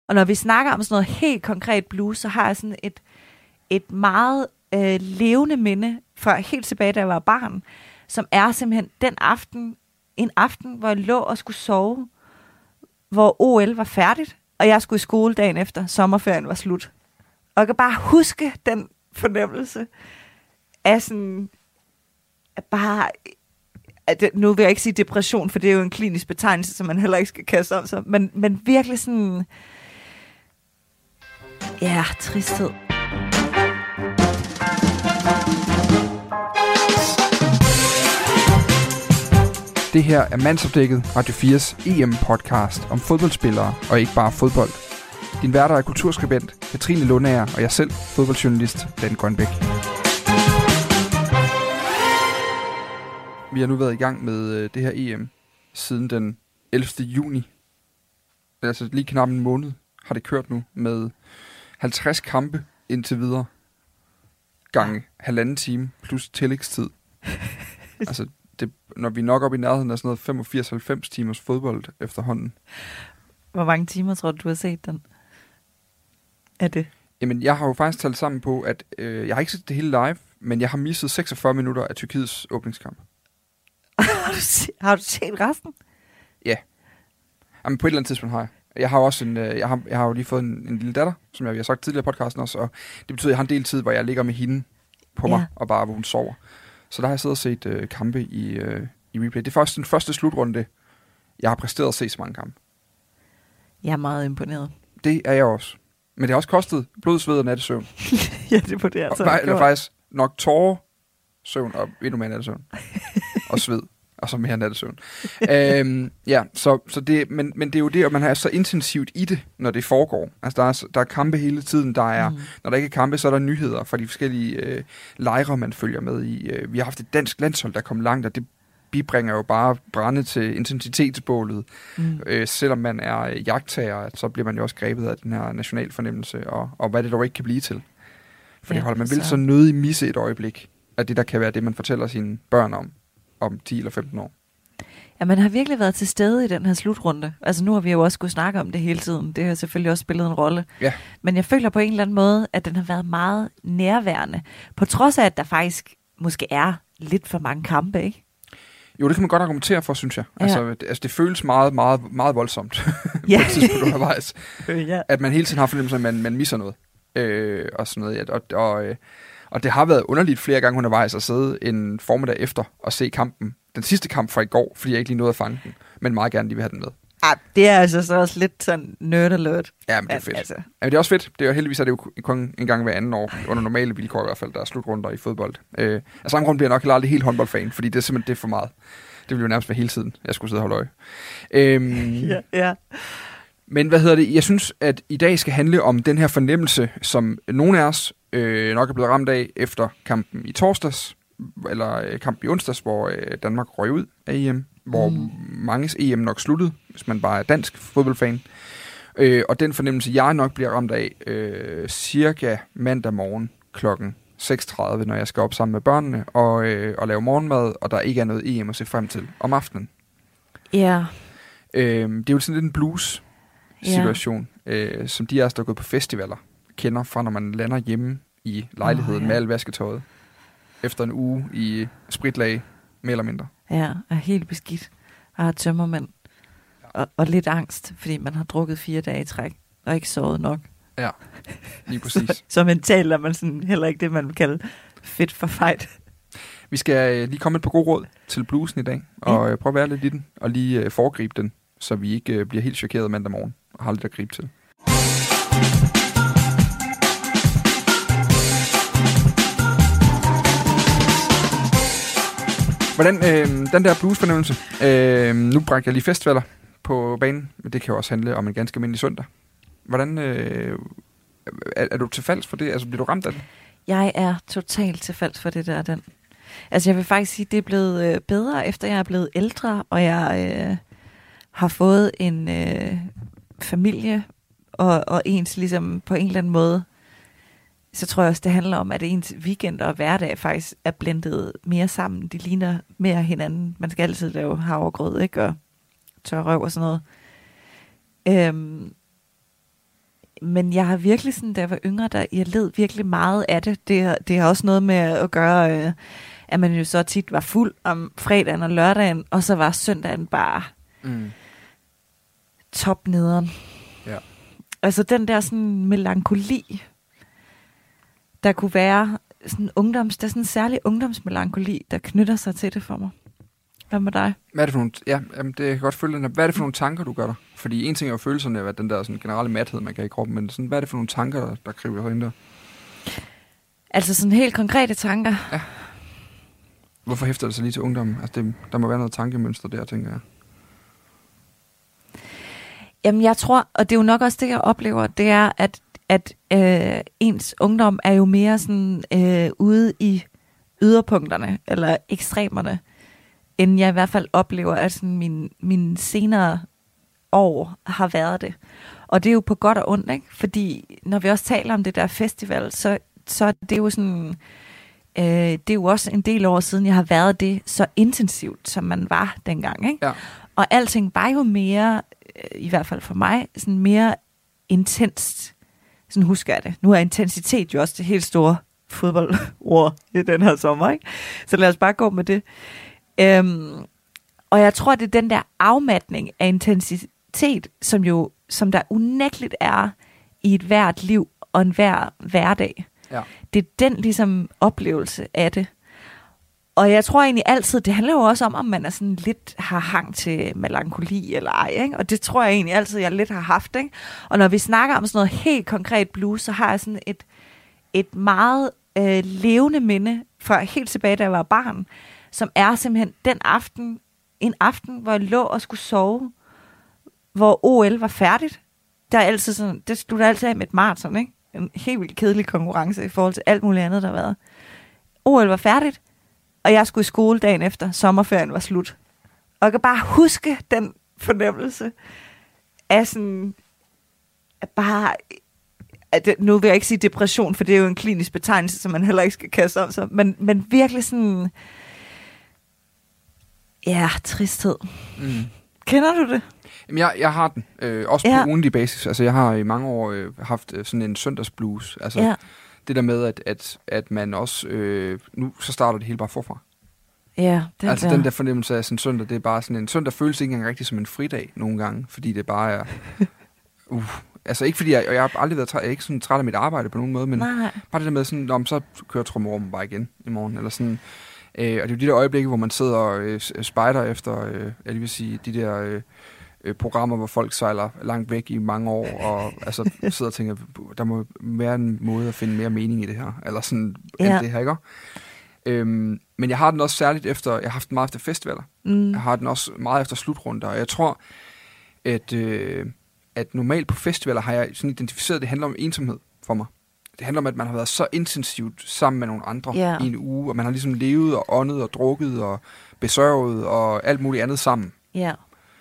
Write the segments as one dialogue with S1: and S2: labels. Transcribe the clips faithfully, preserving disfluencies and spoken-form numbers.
S1: Og når vi snakker om sådan noget helt konkret blues, så har jeg sådan et, et meget øh, levende minde fra helt tilbage, da jeg var barn, som er simpelthen den aften, en aften, hvor jeg lå og skulle sove, hvor O L var færdigt, og jeg skulle i skole dagen efter, sommerferien var slut. Og jeg kan bare huske den fornemmelse af sådan, at bare, at det, nu vil jeg ikke sige depression, for det er jo en klinisk betegnelse, som man heller ikke skal kaste om sig, men, men virkelig sådan, ja, tristhed.
S2: Det her er Mandsopdækket, Radio fires E M-podcast om fodboldspillere og ikke bare fodbold. Din værter er kulturskribent Katrine Lundager og jeg selv, fodboldjournalist Dan Grønbæk. Vi har nu været i gang med det her E M siden den ellevte juni. Altså lige knap en måned har det kørt nu med halvtreds kampe indtil videre. Gange halvanden time plus tillægstid. Altså det, når vi er nok op i nærheden af sådan noget femogfirs til halvfems timers fodbold efterhånden.
S1: Hvor mange timer tror du, du har set den? Er det?
S2: Jamen, jeg har jo faktisk talt sammen på, at øh, jeg har ikke set det hele live, men jeg har misset seksogfyrre minutter af Tyrkiets åbningskamp.
S1: har, du se, har du set resten?
S2: Ja. Jamen, på et eller andet tidspunkt har jeg. Jeg har også en, øh, jeg har, jeg har jo lige fået en, en lille datter, som jeg har sagt tidligere i podcasten også, og det betyder, at jeg har en del tid, hvor jeg ligger med hende på mig, ja. Og bare hvor hun sover. Så der har jeg siddet og set øh, kampe i, øh, i replay. Det er først den første slutrunde, jeg har præsteret at se så mange kampe.
S1: Jeg er meget imponeret.
S2: Det er jeg også. Men det har også kostet blod, sved og nattesøvn.
S1: Ja, det på det altså.
S2: Og, eller faktisk nok tårer, søvn og endnu mere nattesøvn. Og sved, og så mere nattesøvn. øhm, ja, så, så det, men, men det er jo det, at man er så intensivt i det, når det foregår. Altså, der er, der er kampe hele tiden. Der er, mm. Når der ikke er kampe, så er der nyheder fra de forskellige øh, lejre, man følger med i. Øh, vi har haft et dansk landshold, der kom langt, og det bibringer jo bare brænde til intensitetsbålet. Mm. Øh, selvom man er jagttager, så bliver man jo også grebet af den her national fornemmelse, og, og hvad det dog ikke kan blive til. For ja, det holder man vil så nødig misse et øjeblik af det, der kan være det, man fortæller sine børn om, om ti eller femten år.
S1: Ja, man har virkelig været til stede i den her slutrunde. Altså nu har vi jo også skulle snakke om det hele tiden. Det har selvfølgelig også spillet en rolle.
S2: Ja.
S1: Men jeg føler på en eller anden måde, at den har været meget nærværende. På trods af, at der faktisk måske er lidt for mange kampe, ikke?
S2: Jo, det kan man godt argumentere for, synes jeg. Ja. Altså, det, altså, det føles meget, meget, meget voldsomt
S1: ja.
S2: på et tidspunkt undervejs.
S1: ja. At
S2: man hele tiden har fornemmelsen, at man, man misser noget. Øh, og sådan noget. Ja. Og, og, og det har været underligt flere gange undervejs at sidde en formiddag efter og se kampen. Den sidste kamp fra i går, fordi jeg ikke lige nåede at fange den. Men meget gerne lige vil have den med.
S1: Ah, det er altså så også lidt sådan nerd alert.
S2: Ja, men det er fedt. Altså. Jamen, det er også fedt. Det er jo heldigvis, at det er jo kun en gang hver anden år, under normale vilkår i hvert fald, der er slutrunder i fodbold. Øh, af samme grund bliver jeg nok heller aldrig helt håndboldfan, fordi det er simpelthen det er for meget. Det ville jo nærmest være hele tiden, jeg skulle sidde og holde øje. Øhm,
S1: ja, ja.
S2: Men hvad hedder det? Jeg synes, at i dag skal handle om den her fornemmelse, som nogle af os øh, nok er blevet ramt af efter kampen i torsdags, eller øh, kampen i onsdags, hvor øh, Danmark røg ud af E M, hvor mm. manges E M nok sluttede, hvis man bare er dansk fodboldfan. Øh, og den fornemmelse, jeg nok bliver ramt af, øh, cirka mandag morgen klokken seks tredive, når jeg skal op sammen med børnene og, øh, og lave morgenmad, og der ikke er noget E M at se frem til om aftenen.
S1: Ja. Yeah.
S2: Øh, det er jo sådan lidt en blues-situation, yeah. øh, som de af os, der er gået på festivaler, kender fra, når man lander hjemme i lejligheden oh, ja. med al vasketøjet, efter en uge i spritlag, mere eller mindre.
S1: Ja, er helt beskidt, og har tømmermænd, og, og lidt angst, fordi man har drukket fire dage i træk, og ikke sovet nok.
S2: Ja, lige præcis.
S1: så, så mentalt er man sådan heller ikke det, man vil kalde fit for fight.
S2: Vi skal øh, lige komme et par gode råd til bluesen i dag, og øh, prøve at være lidt i den, og lige øh, foregribe den, så vi ikke øh, bliver helt chokeret mandag morgen, og har lidt at gribe til. Hvordan, øh, den der bluesfornemmelse, øh, nu bragte jeg lige festivaler på banen, men det kan jo også handle om en ganske almindelig søndag. Hvordan, øh, er, er du til falds for det? Altså, bliver du ramt af det?
S1: Jeg er totalt til falds for det der, den. Altså, jeg vil faktisk sige, det er blevet øh, bedre, efter jeg er blevet ældre, og jeg øh, har fået en øh, familie, og, og ens ligesom på en eller anden måde, så tror jeg også, det handler om, at ens weekend og hverdag faktisk er blendet mere sammen. De ligner mere hinanden. Man skal altid lave havregrød, ikke? Og tør røv og sådan noget. Øhm, men jeg har virkelig sådan, da jeg var yngre, der jeg led virkelig meget af det. Det, har- det har også noget med at gøre, øh, at man jo så tit var fuld om fredagen og lørdagen, og så var søndagen bare
S2: Mm.
S1: top nederen.
S2: Ja.
S1: Altså den der sådan melankoli, der kunne være sådan ungdoms, der er sådan en særlig ungdomsmelankoli, der knytter sig til det for mig. Hvad med dig?
S2: Hvad er det for nogle, ja, jamen, det jeg kan godt følge den her. Hvad er det for nogle tanker, du gør dig? Fordi en ting er jo følelserne af den der sådan generelle mathed, man kan have i kroppen, men sådan, hvad er det for nogle tanker, der, der kriver herinde der?
S1: Altså sådan helt konkrete tanker.
S2: Ja. Hvorfor hæfter det sig lige til ungdommen? Altså, det, der må være noget tankemønster der, tænker jeg.
S1: Jamen jeg tror, og det er jo nok også det, jeg oplever, det er, at, at øh, ens ungdom er jo mere sådan øh, ude i yderpunkterne, eller ekstremerne, end jeg i hvert fald oplever, at sådan min, min senere år har været det. Og det er jo på godt og ondt, ikke? Fordi når vi også taler om det der festival, så, så er det jo sådan, øh, det er jo også en del år siden, jeg har været det så intensivt, som man var dengang, ikke?
S2: Ja.
S1: Og alting var jo mere, øh, i hvert fald for mig, sådan mere intenst. Sådan husker jeg det. Nu er intensitet jo også det helt store fodboldord i den her sommer, ikke? Så lad os bare gå med det. Øhm, og jeg tror, det er den der afmatning af intensitet, som jo, som der unægteligt er i et hvert liv og en hver hverdag.
S2: Ja.
S1: Det er den ligesom oplevelse af det. Og jeg tror egentlig altid, det handler jo også om, om man er sådan lidt har hang til melankoli eller ej, ikke? Og det tror jeg egentlig altid, jeg lidt har haft, ikke? Og når vi snakker om sådan noget helt konkret blues, så har jeg sådan et, et meget øh, levende minde fra helt tilbage, da jeg var barn, som er simpelthen den aften, en aften, hvor jeg lå og skulle sove, hvor O L var færdigt. Der er altid sådan, det slutter altid af med et maraton, ikke? En helt vildt kedelig konkurrence i forhold til alt muligt andet, der har været. O L var færdigt, og jeg skulle i skole dagen efter, sommerferien var slut. Og jeg kan bare huske den fornemmelse af sådan, at bare, at det, nu vil jeg ikke sige depression, for det er jo en klinisk betegnelse, som man heller ikke skal kaste om sig, men, men virkelig sådan, ja, tristhed.
S2: Mm.
S1: Kender du det?
S2: Jamen, jeg, jeg har den. Øh, også
S1: Ja.
S2: på ugentlig basis. Altså, jeg har i mange år øh, haft øh, sådan en søndagsblues. Altså,
S1: Ja.
S2: det der med, at, at, at man også... Øh, nu så starter det hele bare forfra.
S1: Ja, den
S2: Altså,
S1: der.
S2: den der fornemmelse af sådan en søndag, det er bare sådan en... Søndag føles ikke engang rigtig som en fridag nogle gange, fordi det bare er... Uh, altså, ikke fordi jeg... Og jeg har aldrig været træt, jeg er ikke sådan træt af mit arbejde på nogen måde, men
S1: Nej.
S2: bare det der med sådan... Nå, men så kører trommeormen bare igen i morgen, eller sådan... Øh, og det er jo de der øjeblikke, hvor man sidder og øh, spejder efter, øh, jeg lige vil sige, de der øh, øh, programmer, hvor folk sejler langt væk i mange år, og altså sidder og tænker, der må være en måde at finde mere mening i det her, eller sådan,
S1: Ja.
S2: end det her, ikke? Øhm, men jeg har den også særligt efter, jeg har haft den meget efter festivaler.
S1: Mm.
S2: Jeg har den også meget efter slutrunder, og jeg tror, at, øh, at normalt på festivaler har jeg sådan identificeret, at det handler om ensomhed for mig. Det handler om, at man har været så intensivt sammen med nogle andre
S1: Ja.
S2: i en uge, og man har ligesom levet og åndet og drukket og besørget og alt muligt andet sammen.
S1: Ja.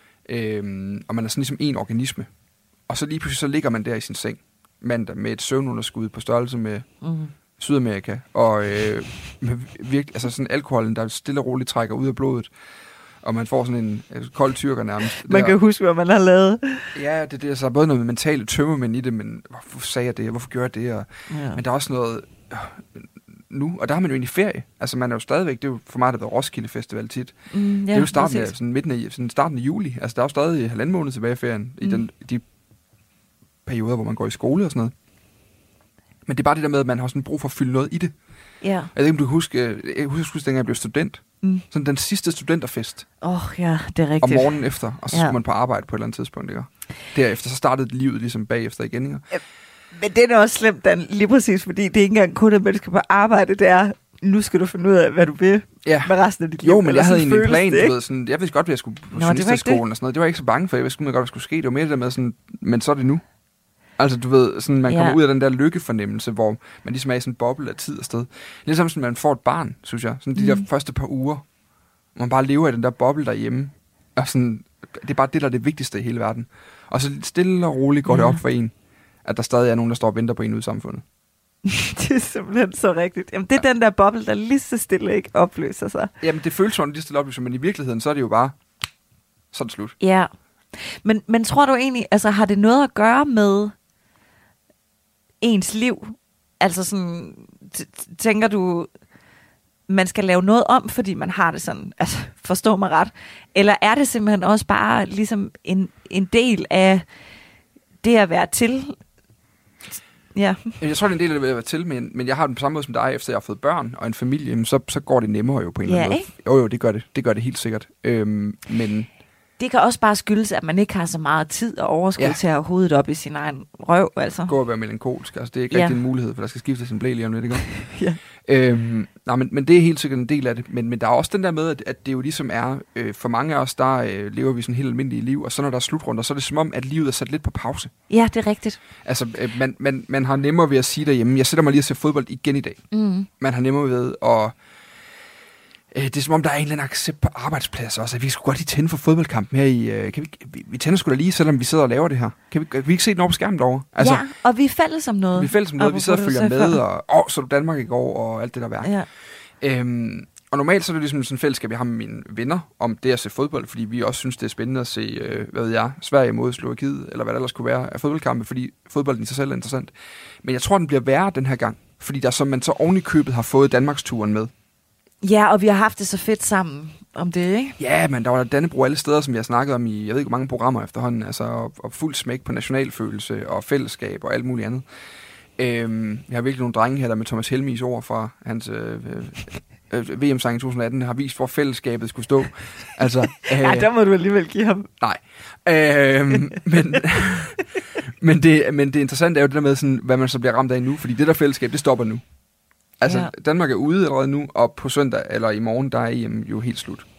S2: Øhm, og man er sådan ligesom en organisme. Og så lige pludselig så ligger man der i sin seng mandag med et søvnunderskud på størrelse med
S1: Mm.
S2: Sydamerika, og øh, med virkelig, altså sådan alkoholen, der stille og roligt trækker ud af blodet, og man får sådan en øh, kold tyrker nærmest.
S1: Man kan huske, hvad man har lavet.
S2: Ja, det, det er så både noget mentale tømmermænd i det, men hvorfor sagde jeg det, hvorfor gjorde jeg det, og,
S1: Ja.
S2: men der er også noget øh, nu, og der har man jo egentlig ferie. Altså man er jo stadigvæk, det er jo for mig, der har været Roskilde Festival tit.
S1: Mm, ja,
S2: det er jo starten af,
S1: præcis.
S2: sådan midten af, sådan starten af juli, altså der er jo stadig halvanden måned tilbage i ferien, mm. i den, de perioder, hvor man går i skole og sådan noget. Men det er bare det der med, at man har sådan brug for at fylde noget i det.
S1: Ja.
S2: Jeg ved ikke, om du kan huske, jeg husker, dengang jeg blev student.
S1: Mm.
S2: Sådan den sidste studenterfest
S1: Åh, oh, ja, det er
S2: om
S1: rigtigt.
S2: morgenen efter, og så
S1: Ja.
S2: skulle man på arbejde på et eller andet tidspunkt, ikke? Derefter så startede livet ligesom bagefter igen, ikke?
S1: Men det er også slemt, Dan, lige præcis, fordi det er ikke engang kun, at man skal på arbejde, det er, nu skal du finde ud af, hvad du vil
S2: Ja.
S1: med resten af dit liv.
S2: Jo, men
S1: Eller
S2: jeg havde
S1: sådan
S2: egentlig en
S1: føles
S2: plan,
S1: det,
S2: du
S1: ikke?
S2: ved, sådan, jeg vidste godt, at jeg skulle på
S1: Nå, det var ikke
S2: journalisterskolen og sådan noget. Det var jeg ikke så bange for, jeg vidste godt, hvad der skulle ske. Det var mere det der med sådan, men så er det nu. Altså, du ved, sådan, man
S1: Ja.
S2: kommer ud af den der lykkefornemmelse, hvor man ligesom er i sådan en boble af tid og sted. Lidt som, sådan, man får et barn, synes jeg. Sådan de
S1: Mm.
S2: der første par uger, hvor man bare lever i den der boble derhjemme. Og sådan, det er bare det, der er det vigtigste i hele verden. Og så stille og roligt går det
S1: Ja.
S2: op for en, at der stadig er nogen, der står og venter på en ude i samfundet.
S1: Det er simpelthen så rigtigt. Jamen, det er den der boble, der lige så stille ikke opløser sig.
S2: Jamen, det føles sådan lige stille op, men i virkeligheden, så er det jo bare, så er det slut.
S1: Ja. Men, men tror du egentlig, altså har det noget at gøre med, ens liv? Altså sådan, t- tænker du, man skal lave noget om, fordi man har det sådan, altså forstå mig ret, eller er det simpelthen også bare ligesom en, en del af det at være til? Ja.
S2: Jeg tror, det er en del af det at være til, men, men jeg har den på samme måde som dig, efter jeg har fået børn og en familie, så, så går det nemmere jo på en
S1: ja,
S2: eller anden
S1: ikke?
S2: måde. Jo, jo, det gør det. Det gør det helt sikkert. Øhm, men
S1: det kan også bare skyldes, at man ikke har så meget tid og overskud ja. til at have hovedet op i sin egen røv, altså.
S2: Gå og være melankolsk, altså det er ikke
S1: ja.
S2: rigtig en mulighed, for der skal skiftes en blæ lige om lidt, ikke?
S1: ja.
S2: Øhm, nej, men, men det er helt sikkert en del af det, men, men der er også den der med, at, at det jo ligesom er, øh, for mange af os, der øh, lever vi sådan helt almindelige liv, og så når der er slutrunder, så er det som om, at livet er sat lidt på pause.
S1: Ja, det er rigtigt.
S2: Altså, øh, man, man, man har nemmere ved at sige derhjemme, jeg sætter mig lige og ser fodbold igen i dag.
S1: Mm.
S2: Man har nemmere ved at det er som om, der er en eller anden accept på arbejdspladser også, at vi skulle godt lige tænde for fodboldkampen her i... Kan vi, vi, vi tænder sgu da lige, selvom vi sidder og laver det her. Kan vi, kan vi ikke se den over på skærmen derovre?
S1: Altså, ja, og vi er fælles om noget.
S2: Vi er fælles om noget, vi sidder og følger med, og åh, så du Danmark i går, og alt det der værk.
S1: Ja.
S2: Øhm, og normalt så er det ligesom sådan en fællesskab, jeg har med mine venner, om det at se fodbold, fordi vi også synes, det er spændende at se, øh, hvad ved jeg, Sverige mod Slovakiet, eller hvad det ellers kunne være af fodboldkampe, fordi fodbolden i sig selv er interessant. Men jeg tror, den bliver værre den her gang, fordi der som man så oven i købet har fået Danmarksturen med.
S1: Ja, og vi har haft det så fedt sammen om det, ikke?
S2: Ja, men der var Dannebrog alle steder, som vi har snakket om i, jeg ved ikke, hvor mange programmer efterhånden, altså, og, og fuld smæk på nationalfølelse og fællesskab og alt muligt andet. Øhm, jeg har virkelig nogle drenge her, der med Thomas Helmis ord fra hans øh, øh, V M-sang i to tusind atten, har vist, hvor fællesskabet skulle stå. Altså, øh,
S1: ja, der må du alligevel give ham.
S2: Nej. Øh, men, men, det, men det interessante er jo det der med, sådan, hvad man så bliver ramt af nu, fordi det der fællesskab, det stopper nu. Altså, ja. Danmark er ude allerede nu, og på søndag, eller i morgen, der er E M jo helt slut.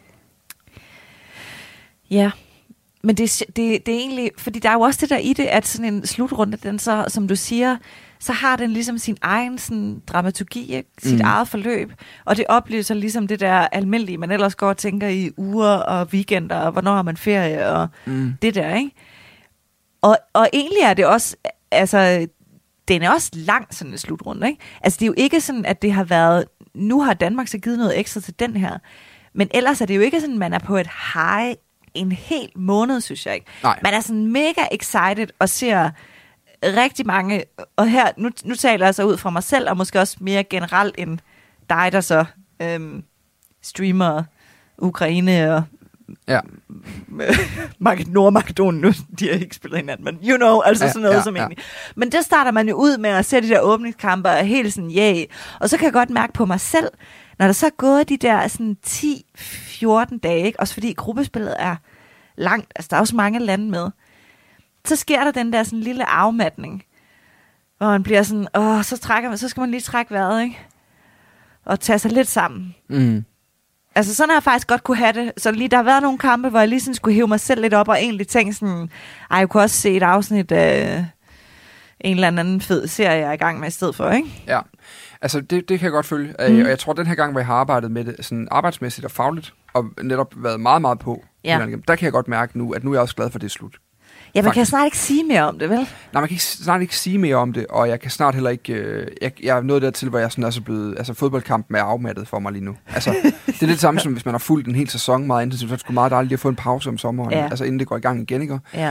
S1: Ja, men det, det, det er egentlig, fordi der er jo også det der i det, at sådan en slutrunde, den så, som du siger, så har den ligesom sin egen sådan, dramaturgi, ikke? Sit mm. eget forløb, og det oplever ligesom det der almindelige, man ellers går og tænker i uger og weekender, og hvornår har man ferie, og mm. det der, ikke? Og, og egentlig er det også, altså... Den er også lang, sådan en slutrunde, ikke? Altså, det er jo ikke sådan, at det har været... Nu har Danmark så givet noget ekstra til den her. Men ellers er det jo ikke sådan, at man er på et high en hel måned, synes jeg ikke.
S2: Nej.
S1: Man er sådan mega excited og ser rigtig mange... Og her, nu, nu taler jeg så ud fra mig selv, og måske også mere generelt end dig, der så øhm, streamer Ukraine og...
S2: Ja.
S1: Nordmakedonien nu, de har ikke spillet hinanden, men you know, altså ja, sådan noget ja, som ja. egentlig. Men der starter man jo ud med at se de der åbningskampe og helt sådan, yeah. Og så kan jeg godt mærke på mig selv, når der så er gået de der sådan ti fjorten dage, ikke? Også fordi gruppespillet er langt, altså der er også mange lande med, så sker der den der sådan lille afmatning, hvor man bliver sådan, åh, så, trækker man, så skal man lige trække vejret, ikke? Og tage sig lidt sammen.
S2: Mm.
S1: Altså sådan har jeg faktisk godt kunne have det. Så lige der har været nogle kampe, hvor jeg lige sådan skulle hive mig selv lidt op og egentlig tænke sådan, ej, jeg kunne også se et afsnit af en eller anden fed serie, jeg er i gang med i stedet for, ikke?
S2: Ja, altså det, det kan jeg godt følge. Mm. Og jeg tror, at den her gang, hvor jeg har arbejdet med det sådan arbejdsmæssigt og fagligt, og netop været meget, meget på,
S1: ja.
S2: der kan jeg godt mærke nu, at nu er jeg også glad for, at det er slut.
S1: Ja, man kan snart ikke sige mere om det, vel?
S2: Nej, man kan ikke, snart ikke sige mere om det, og jeg kan snart heller ikke... Øh, jeg, jeg er nået dertil, hvor jeg sådan er så blevet... Altså, fodboldkampen er afmattet for mig lige nu. Altså, det er lidt samme som, hvis man har fulgt en hel sæson meget intensivt, så er det sgu meget dejligt at få en pause om sommeren, ja. Altså inden det går i gang igen, ikke?
S1: Ja.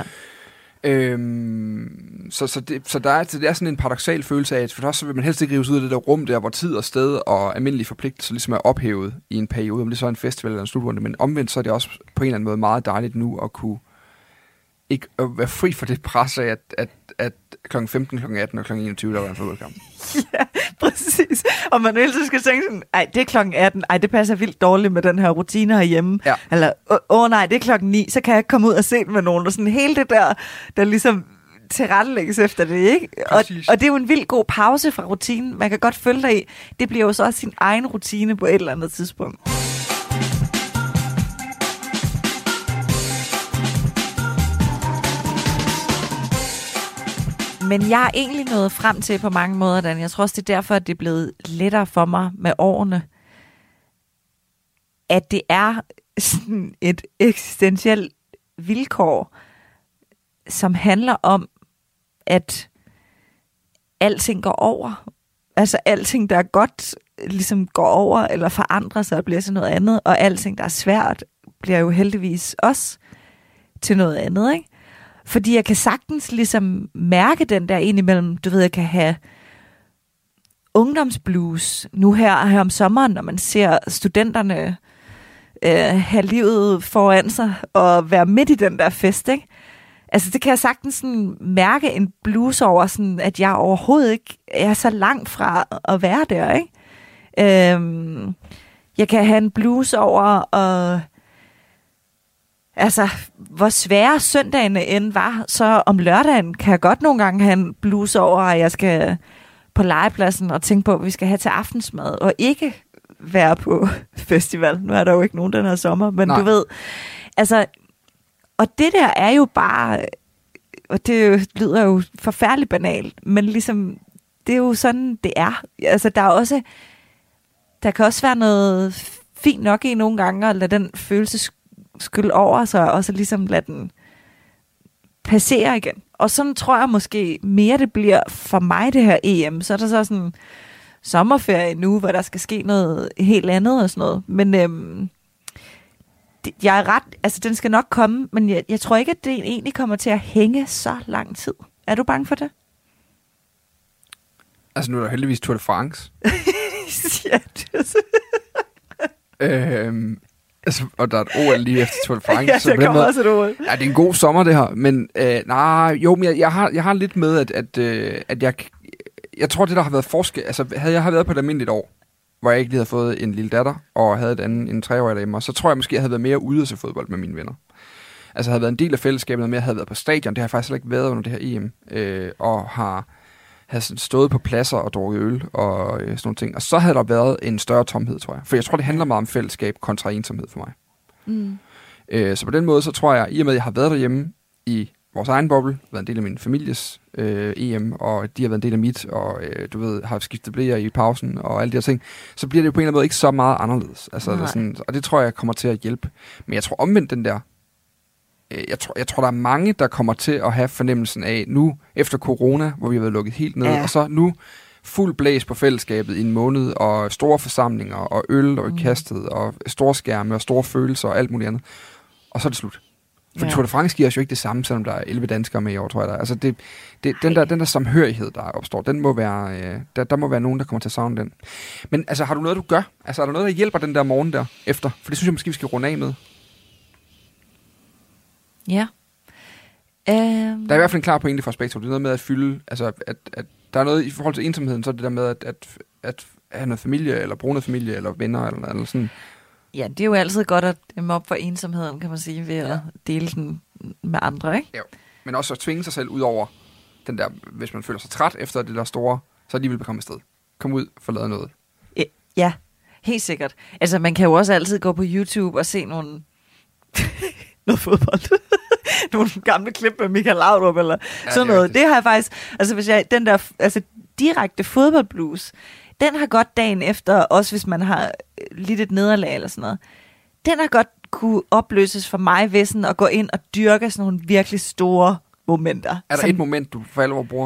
S2: Øhm, så, så, det, så der er, det er sådan en paradoksal følelse af, at for det første så vil man helst ikke rives ud af det der rum der, hvor tid og sted og almindelige forpligtelser ligesom er ophævet i en periode, om det så er en festival eller en slutrunde, men omvendt så er det også på en eller anden måde meget dejligt nu at kunne ikke at være fri for det pres af, at, at, at klokken femten, klokken atten og klokken enogtyve, der var en fodboldkamp.
S1: Ja, præcis. Og man hele skal tænke sådan, ej, det er klokken atten, ej, det passer vildt dårligt med den her rutine herhjemme.
S2: Ja.
S1: Eller, åh oh, nej, det er klokken ni, så kan jeg ikke komme ud og se den med nogen. Og sådan hele det der, der ligesom tilrettelægges efter det, ikke? Og, og det er jo en vild god pause fra rutinen. Man kan godt følge dig i. Det bliver jo så også sin egen rutine på et eller andet tidspunkt. Men jeg er egentlig nået frem til på mange måder, Dan. Jeg tror også, det er derfor, at det er blevet lettere for mig med årene. At det er sådan et eksistentielt vilkår, som handler om, at alting går over. Altså alting, der er godt, ligesom går over eller forandrer sig og bliver til noget andet. Og alting, der er svært, bliver jo heldigvis også til noget andet, ikke? Fordi jeg kan sagtens ligesom mærke den der indimellem, du ved, jeg kan have ungdomsblues nu her, her om sommeren, når man ser studenterne øh, have livet foran sig og være midt i den der fest, ikke? Altså det kan jeg sagtens sådan mærke en blues over, sådan, at jeg overhovedet ikke er så langt fra at være der, ikke? Øhm, jeg kan have en blues over, og altså, hvor svære søndagene end var, så om lørdagen kan jeg godt nogle gange have en blues over, at jeg skal på legepladsen og tænke på, at vi skal have til aftensmad, og ikke være på festival. Nu er der jo ikke nogen den her sommer, men Nej. Du ved, altså, og det der er jo bare, og det lyder jo forfærdeligt banalt, men ligesom, det er jo sådan, det er. Altså, der er også, der kan også være noget fint nok i nogle gange, at lade den følelse skyld over sig, og så ligesom lade den passere igen. Og sådan tror jeg måske mere, det bliver for mig, det her E M. Så er der så sådan sommerferie nu, hvor der skal ske noget helt andet og sådan noget. Men øhm, det, jeg er ret, altså den skal nok komme, men jeg, jeg tror ikke, at det egentlig kommer til at hænge så lang tid. Er du bange for det?
S2: Altså nu er der heldigvis Tour de France.
S1: Ja, det er
S2: øhm, altså, og der er et O L lige efter Tour de France.
S1: Ja, der kommer også et O L.
S2: Ja, det er en god sommer, det her. Men øh, nej, jo, men jeg, jeg, har, jeg har lidt med, at, at, øh, at jeg, jeg tror, det der har været forskel. Altså, havde jeg været på et almindeligt år, hvor jeg ikke lige havde fået en lille datter, og havde et andet, en treårig derhjemme, så tror jeg måske, jeg havde været mere ude at se fodbold med mine venner. Altså, jeg havde været en del af fællesskabet, noget mere, jeg havde været på stadion. Det har jeg faktisk ikke været under det her E M. Øh, og har havde stået på pladser og drukket øl og øh, sådan nogle ting. Og så havde der været en større tomhed, tror jeg. For jeg tror, det handler meget om fællesskab kontra ensomhed for mig. Mm. Øh, så på den måde, så tror jeg, i og med, at jeg har været derhjemme i vores egen boble, været en del af min families øh, E M, og de har været en del af mit, og øh, du ved, har skiftet blæer i pausen og alle de her ting, så bliver det jo på en eller anden måde ikke så meget anderledes. Altså, det sådan, og det tror jeg kommer til at hjælpe. Men jeg tror omvendt den der, øh, jeg, tror, jeg tror, der er mange, der kommer til at have fornemmelsen af, nu efter corona, hvor vi har været lukket helt ned, ja. Og så nu fuld blæs på fællesskabet i en måned, og store forsamlinger, og øl og mm. kastet, og store skærme, og store følelser, og alt muligt andet. Og så er det slut. For ja. Tour de France giver os jo ikke det samme, selvom der er elleve danskere med i år, tror jeg der. Altså det, det, den, der, den der samhørighed, der opstår, den må være, øh, der, der må være nogen, der kommer til at savne den. Men altså, har du noget, du gør? Altså, er der noget, der hjælper den der morgen der efter? For det synes jeg måske, vi skal runde af med.
S1: Ja. Um...
S2: Der er i hvert fald en klar pointe fra Spektrum. Det er noget med at fylde, altså, at, at der er noget i forhold til ensomheden, så er det der med at, at, at have noget familie, eller bruge noget familie, eller venner, eller, eller sådan.
S1: Ja, det er jo altid godt at dæmme op for ensomheden, kan man sige, ved ja. At dele den med andre, ikke?
S2: Jo, men også at tvinge sig selv ud over den der, hvis man føler sig træt efter det der store, så alligevel vil komme afsted. Kom ud, få lavet noget.
S1: Ja, helt sikkert. Altså, man kan jo også altid gå på YouTube og se nogle noget fodbold. Nogle gamle klip med Michael Laudrup, eller ja, sådan det noget. Rigtigt. Det har jeg faktisk, altså hvis jeg, den der, altså direkte fodboldblues, den har godt dagen efter, også hvis man har lidt et nederlag eller sådan noget, den har godt kunne opløses for mig ved sådan at gå ind og dyrke sådan nogle virkelig store momenter.
S2: Er der som... et moment, du for alvor bruger?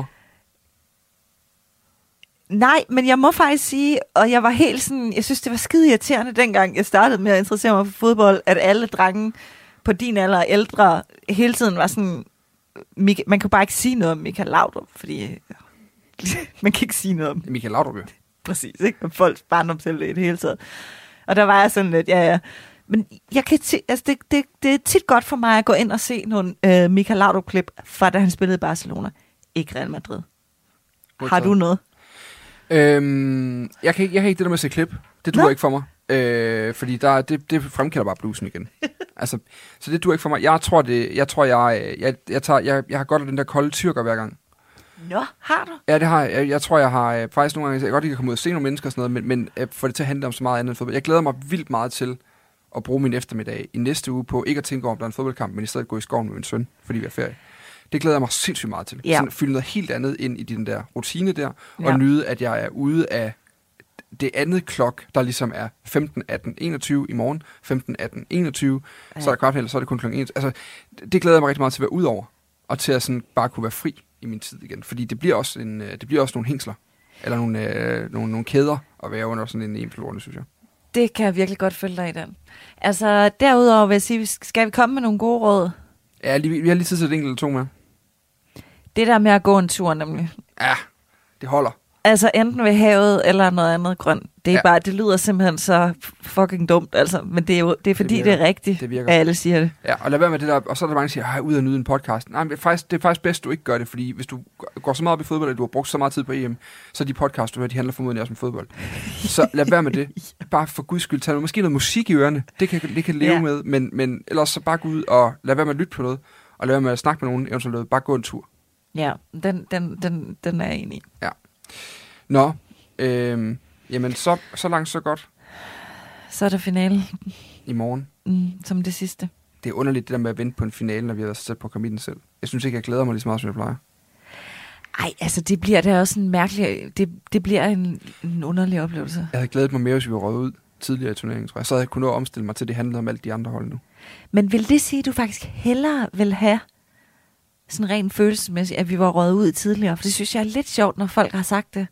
S1: Nej, men jeg må faktisk sige, og jeg var helt sådan, jeg synes, det var skide irriterende dengang, jeg startede med at interessere mig for fodbold, at alle drenge på din alder ældre hele tiden var sådan, man kan bare ikke sige noget om Michael Laudrup, fordi man kan ikke sige noget om
S2: Michael Laudrup, jo.
S1: Præcis, ikke? Om folks barndomshelte i det hele taget. Og der var jeg sådan lidt, ja, ja. Men jeg kan t- altså det, det, det er tit godt for mig at gå ind og se nogle øh, Michael Laudrup-klip fra da han spillede i Barcelona. Ikke Real Madrid. Modtaget. Har du noget?
S2: Øhm, jeg, kan ikke, jeg kan ikke det der med at se klip. Det duer ikke for mig. Øh, fordi der, det, det fremkalder bare bluesen igen. Altså, så det duer ikke for mig. Jeg tror, det, jeg, tror jeg, jeg, jeg, tager, jeg, jeg har godt af den der kolde tyrker hver gang.
S1: Nå, har du?
S2: Ja, det har jeg. Jeg, jeg tror, jeg har øh, faktisk nogle gange, jeg godt ikke kan komme ud og se nogle mennesker og sådan noget, men, men øh, få det til at handle om så meget andet end fodbold. Jeg glæder mig vildt meget til at bruge min eftermiddag i næste uge på ikke at tænke over, om der er en fodboldkamp, men i stedet gå i skoven med min søn, fordi vi er ferie. Det glæder jeg mig sindssygt meget til. Ja. Sådan fylde noget helt andet ind i den der rutine der, ja. Og nyde, at jeg er ude af det andet klok, der ligesom er femten, atten, enogtyve i morgen, femten, atten, enogtyve, ja. Så er der kvartfælde, så er det kun klokken enogtyve. Altså, det glæder jeg mig rigtig meget til at være ud over, og til at sådan bare kunne være fri i min tid igen. Fordi det bliver også, en, det bliver også nogle hængsler, eller nogle, øh, nogle, nogle kæder at være under sådan en E M-florene, synes jeg.
S1: Det kan jeg virkelig godt følge dig i den. Altså, derudover vil jeg sige, skal vi komme med nogle gode råd
S2: Ja, lige, vi har lige tid til et enkelt eller to med.
S1: Det der med at gå en tur, nemlig.
S2: Ja, det holder.
S1: Altså enten ved havet eller noget andet grønt. Det er
S2: Ja.
S1: bare, det lyder simpelthen så fucking dumt, altså. Men det er jo det er fordi,
S2: Det
S1: det,
S2: virker.
S1: det er rigtigt,
S2: Det virker.
S1: at alle siger det.
S2: Ja, og lad være med det der, og så er der mange, der siger, ud og nyde en podcast. Nej, men det er, faktisk, det er faktisk bedst, du ikke gør det, fordi hvis du går så meget op i fodbold, at du har brugt så meget tid på E M, så de podcast, du hører, de handler formodentlig også om fodbold. Så lad være med det. Bare for guds skyld, tag noget, måske noget musik i ørerne. Det kan, det kan leve
S1: Ja.
S2: med, men, men ellers så bare gå ud og lad være med at lytte på noget, og lad være med at snakke med nogen, eventuelt bare gå en tur.
S1: Ja, den, den, den, den er jeg enig i.
S2: Nå, øhm, jamen så, så langt, så godt
S1: Så er der finale,
S2: i morgen.
S1: mm, som det sidste.
S2: Det er underligt, det der med at vente på en finale, når vi har været så tæt på at komme i den selv. Jeg synes ikke, jeg glæder mig lige så meget, som jeg plejer.
S1: Ej, altså det bliver da også en mærkelig, det, det bliver en, en underlig oplevelse.
S2: Jeg havde glædet mig mere, hvis vi var røget ud tidligere i turneringen, tror jeg. Så havde jeg kunnet nå at omstille mig til, det handlede om alle de andre hold nu.
S1: Men vil det sige, at du faktisk hellere vil have sådan rent følelsesmæssigt, at vi var røget ud tidligere? For det synes jeg er lidt sjovt, når folk har sagt det.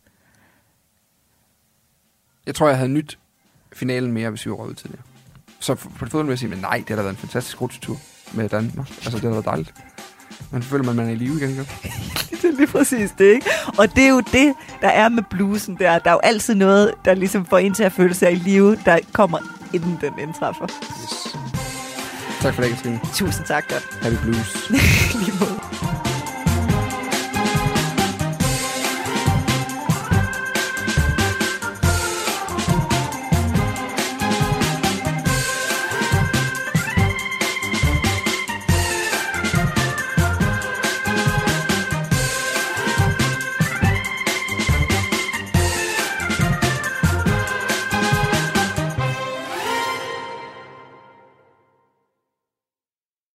S2: Jeg tror, jeg havde nyt finalen mere, hvis vi var røget ud tidligere. Så på det fodboldmæssige, men nej, det har da været en fantastisk rutsjetur med Danmark. Altså, det har været dejligt. Man føler, man, man er i live igen. igen.
S1: Det er lige præcis det, ikke? Og det er jo det, der er med bluesen der. Der er jo altid noget, der ligesom får en til at føle sig i live, der kommer inden den indtræffer.
S2: Yes. Tak for det, Katrine.
S1: Tusind tak, godt.
S2: Happy Blues.
S1: Lige måde.